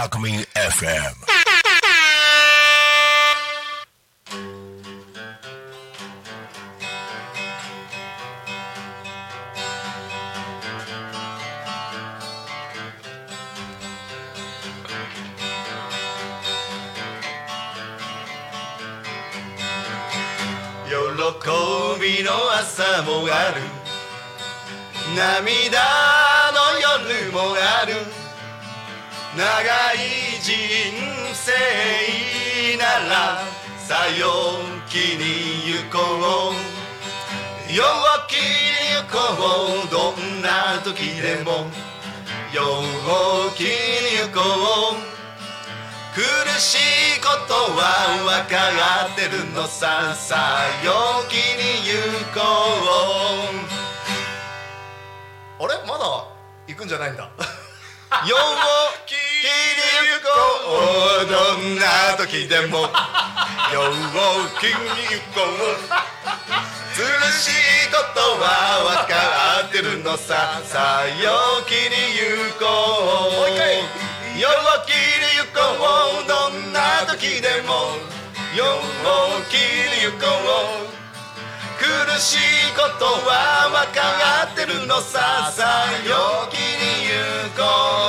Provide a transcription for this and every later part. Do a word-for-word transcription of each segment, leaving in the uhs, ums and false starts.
Alchemy エフエム。 喜びの朝もある、涙の夜もある、長い人生ならさ陽気に行こう、陽気に行こう、どんな時でも陽気に行こう、苦しいことは分かってるのさ、さ陽気に行こう。あれまだ行くんじゃないんだ陽気に行こう、どんな時でも陽気に行こう、苦しいことは分かってるのさ、さ陽気に行こう。もう一回陽気に行こう、どんな時でも陽気に行こう、苦しいことは分かってるのさ、さ陽気に行こ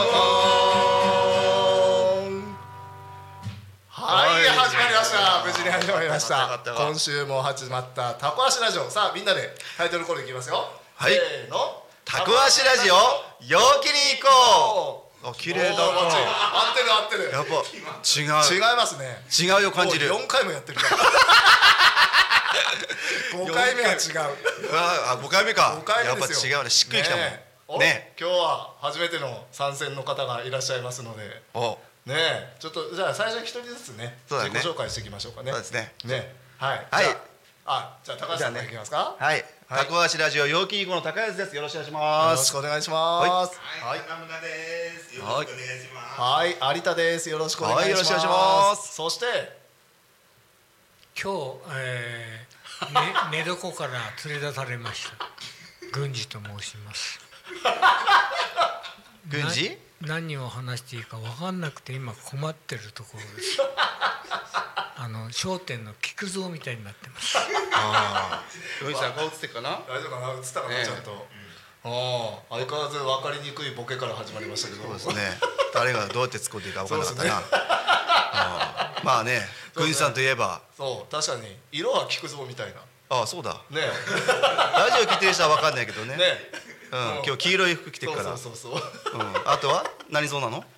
う。はい、始まりました。無事に始まりました。今週も始まったタコ足ラジオ。さあみんなでタイトルコールいきますよ。はい、せーの、タコ足ラジオ陽気に行こう。あ、綺麗だな。合ってる合ってる。やっぱ違う。違いますね。違うよ感じる。よんかいもやってるから。ごかいめは違う。あ、ごかいめか。やっぱ違うね。しっくりきたもん。ね。今日は初めての参戦の方がいらっしゃいますので。お。ね、ちょっとじゃあ最初に一人ずつね、自己紹介していきましょうかね。そうですね。ね。はい。はい。あ、じゃあ高橋さんからいきますか。はい。タコ足ラジオ陽気に行こうの高安です。よろしくお願いします。よろしくお願いします。はい。中村です。よろしくお願いします。はい。有田です。よろしくお願いします。そして今日、えー、ね、寝床から連れ出されました郡司と申します。 郡司？ 何を話していいか分かんなくて今困ってるところです。あの商店の菊蔵みたいになってます。 ああ、郡司さん顔映ってるかな？大丈夫かな？映ったかな、ちゃんと。ああ、相変わらず分かりにくいボケから始まりましたけど。そうですね。誰がどうやって突っ込んでいいか分からなかったな。まあね、郡司さんといえば、そう確かに色は菊蔵みたいな。ああ、そうだ。ね。ラジオ聞いてる人は分かんないけどね。ね。うん、今日黄色い服着てるから。そうそうそう。うん、あとは何蔵なの？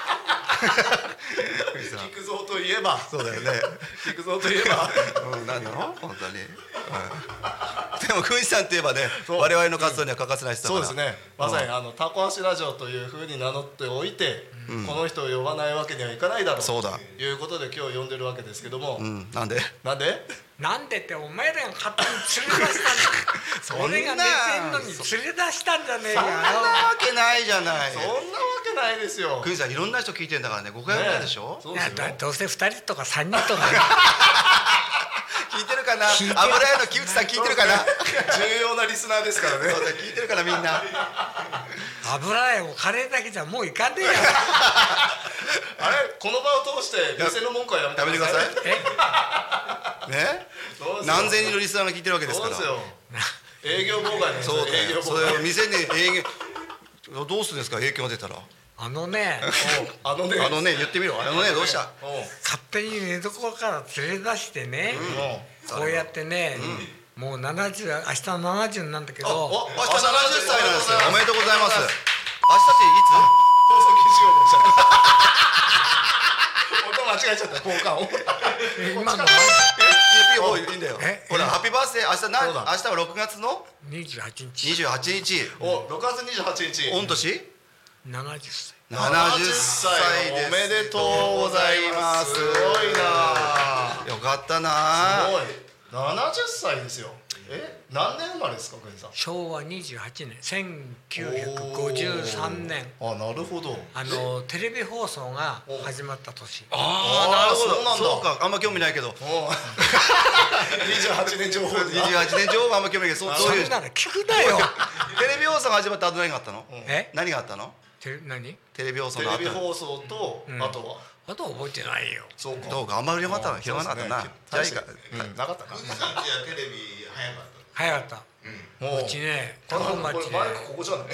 菊蔵といえば。そうだよね。菊蔵といえば。うん、何なの？本当に。でも郡司さんといえばね、我々の活動には欠かせない人だから。そうですね。まさにあのタコ足ラジオという風に名乗っておいて、この人を呼ばないわけにはいかないだろうということで今日呼んでるわけですけども。うん、なんで？なんで？ なんでってお前らが勝手に連れ出したんだ。俺が寝てんのに連れ出したんじゃねえよ。 そんなわけないじゃない。そんなわけないですよ。郡司さんいろんな人聞いてんだからね、誤解はないでしょ。 いや、どうせふたりとかさんにんとか聞いてるかな。油屋の木内さん聞いてるかな。重要なリスナーですからね。聞いてるからみんな。 油屋もカレーだけじゃもういかねえよ。 あれ、この場を通して店の文句はやめてください。え？ね？何千人のリスナーが聞いてるわけですから。そうですよ。営業妨害ですよ。そうだよ。それを店に営業どうするんですか、影響が出たら。 あのね、 あのね、あのね、言ってみろ。あのね、どうした？ 勝手に寝床から連れ出してね、こうやってね、もうななじゅう、明日ななじゅうなんだけど、 明日ななじゅっさいなんですよ。おめでとうございます。明日っていつ？放送禁止用語でした。音間違えちゃった。交換を。今のえ、いいんだよ。ほら、ハッピーバースデー。明日な、明日はろくがつのにじゅうはちにち。 にじゅうはちにち。お、ろくがつにじゅうはちにち。御年？ ななじゅっさい。 ななじゅっさいです。おめでとうございます。すごいな。よかったな。すごい。ななじゅっさいですよ。え、何年生まれですか、郡司さん？ しょうわにじゅうはちねん、せんきゅうひゃくごじゅうさんねん。 あ、なるほど。 あのテレビ放送が始まった年。 ああ、なるほど。そうなんだ。そうか、あんま興味ないけど。にじゅうはちねん情報。にじゅうはちねん情報はあんま興味ないけど、そういう。 そんなの聞くなよ。 テレビ放送が始まった後何があったの？ え？ 何があったの？ て何テレビ放送テの後レビ放送と、 うんあとはあとは覚えてないよ。 そうかどうかあんまり広がったの広がらなかったな。じゃあいいか。 うん、なかったな富士山地はテレビ早かった早かったもうちねこタコれマイク町でここじゃない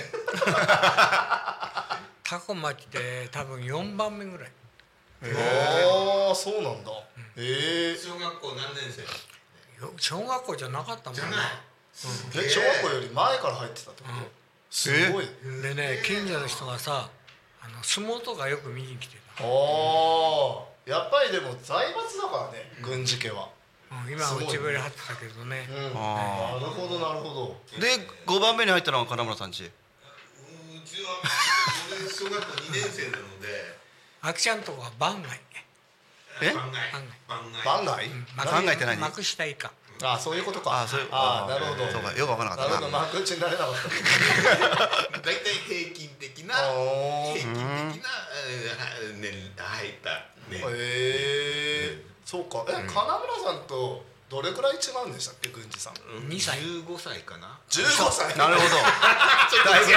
タコ町で多分よんばんめぐらい。 ああそうなんだ、ええ小学校何年生よ小学校じゃなかったもんね。 じゃないえ小学校より前から入ってたってこと、 うんすごい、 でね近所の人がさあの相撲とかよく見に来てた。 ああやっぱりでも財閥だからね、郡司家は、 うん、今は内堀張ってたけどね。 うん、 あなるほどなるほどでごばんめに入ったのが金村さんち。 うちは俺小学校にねん生なのであきちゃんとこは番外ね。 え番外番番外番外、 うん番外って何幕下以下。 ああそういうことかあそういうああなるほどそうかよく分からなかったな。 なるほど幕内になれなかった大体平均的なおー平均的なえー年入ったねへえそうかえ、金村さんとどれくらい違うんでしたっけ郡司さんにさいじゅうごさいかなじゅうごさいなるほど。だいぶね。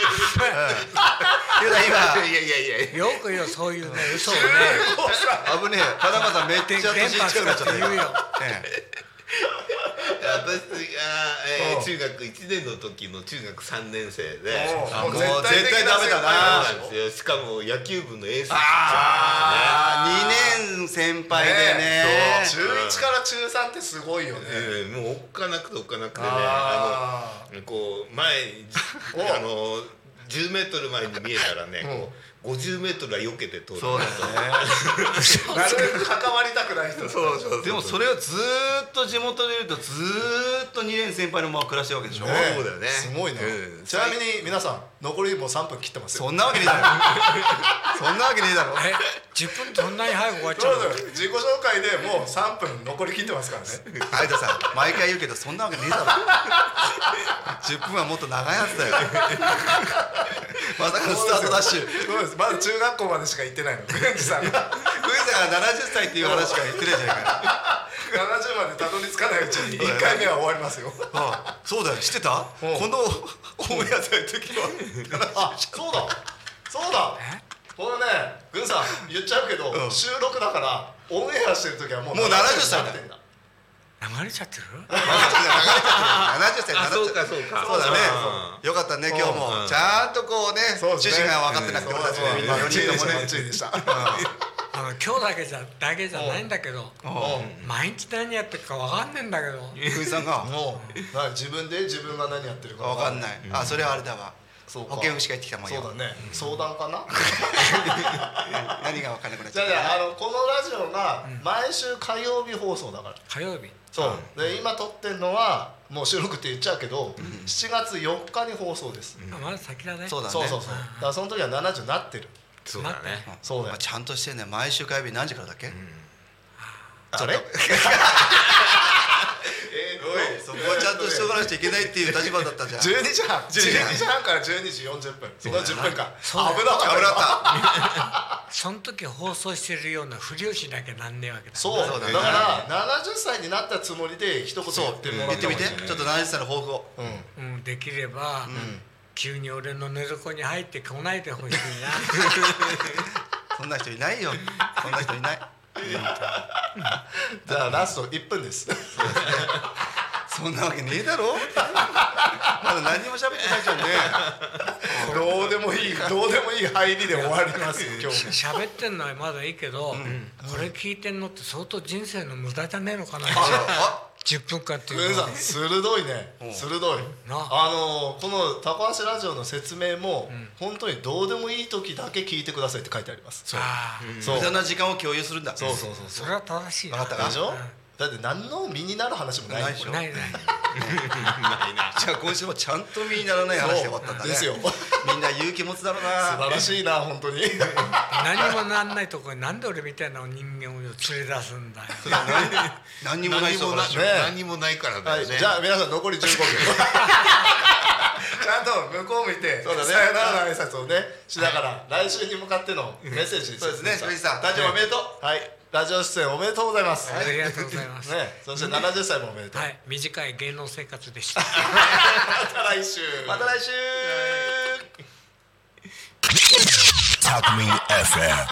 うん。いやいやいやいやいやよく言うそういうね嘘をね今危ねえ。金村さんめっちゃ年電波近くなっちゃったよ。 使って言うよ。 ええ私が、えー、 うん中学いちねんの時の中学さんねん生でうんもうもう絶対絶対ダメだなそうなんですよしかも野球部のエースあーにねん先輩でね。 そう中いちから中さんってすごいよね、 えーもうおっかなくておっかなくてねああのこう前におあのじゅうメートル前に見えたらねこうごじゅうメートルは避けて通るそうだよね。 ーなるべく関わりたくない人だそうそうでもそれをずーっと地元でいるとずーっとにねん先輩のまま暮らしてるわけでしょ。 ねそうだよねすごいね、 うんちなみに皆さん残りもうさんぷん切ってますよそんなわけねえだろ。そんなわけねえだろ。 えじゅっぷんってそんなに早く終わっちゃそううの？ だよ自己紹介でもうさんぷん残り切ってますからね有田さん毎回言うけどそんなわけねえだろ。じゅっぷんはもっと長いやつだよ。まさかのスタートダッシュ。 そうですまだ中学校までしか行ってないの郡司さんがクイズがななじゅっさいっていう話しか言ってないじゃないか。 ななじゅうまでたどり着かないうちにいっかいめは終わりますよああそうだよ知ってた？ うんこのオンエアされる時はあそうだそうだえこのね郡さん言っちゃうけど、 うん収録だからオンエアしてる時はもうもうななじゅっさいだななじゅうになってんだ流れちゃってる？ ななじゅっさいあそうななじゅっさいかそうかそうだねうよかったね今日もうんちゃんとこうねそうですね趣旨が分かってなくて俺たちそうそうよにんともねバッチリでしたあの今日だけじゃだけじゃないんだけどうん毎日何やってるかわかんねえんだけど。 クイさんがもうな自分で自分が何やってるか分かんないあそれはあれだわそうか保健福祉が行ってきたもんよそうだね相談かな何が分かんなくなっちじゃあねゃったあのこのラジオが毎週火曜日放送だから火曜日。 そうで今撮ってるのはもう収録って言っちゃうけどしちがつよっかに放送ですあまだ先だね。 そうだねそうそうそうだからその時はななじゅうになってるそうだねそうだよまあちゃんとしてんね毎週火曜日何時からだっけあれおいそこはちゃんとしておかないといけないっていう立場だったじゃんじゅうにじはんじゅうにじはんからじゅうにじよんじゅっぷんそのじゅっぷんかん危なかった危なかその時放送してるようなふりをしなきゃなんねえわけだ。 そうそうだねだからななじゅっさいになったつもりで一言言ってもら言ってみてった方がいいちょっとななじゅっさいの抱負をうんうんできれば急に俺の寝床に入ってこないでほしいな。 そんな人いないよそんな人いないじゃあラストいっぷんですそんなわけねえだろまだ何にも喋ってないじゃんねどうでもいいどうでもいい入りで終わりますよ今日も喋ってんのはまだいいけど、これ聞いてんのって相当人生の無駄じゃねえのかな。 あじゅっぷんかんっていうのはグンさん鋭いね鋭いなあのこの高橋ラジオの説明も本当にどうでもいい時だけ聞いてくださいって書いてありますそうああそう無駄な時間を共有するんだそうそうそうそれは正しいな。 分かったかでしょだって何の身になる話もないないでしょないない。 ないなじゃあ今週もちゃんと身にならない話で終わったんだねですよみんな勇気持つだろう素な晴らしいな本当に何もなんないところになんで俺みたいな人間を連れ出すんだよ。 何にもない人から何もなね何もないからだはいよねじゃあ皆さん残りじゅうごびょうちゃんと向こう向いてそうだねさよならの挨拶をねしながら来週に向かってのメッセージそうですね藤藤井さん誕生日おめでとうはいラジオ出演おめでとうございますありがとうございます。 ねそしてななじゅっさいもおめでとうはい、短い芸能生活でした。 また来週また来週タクミン エフエム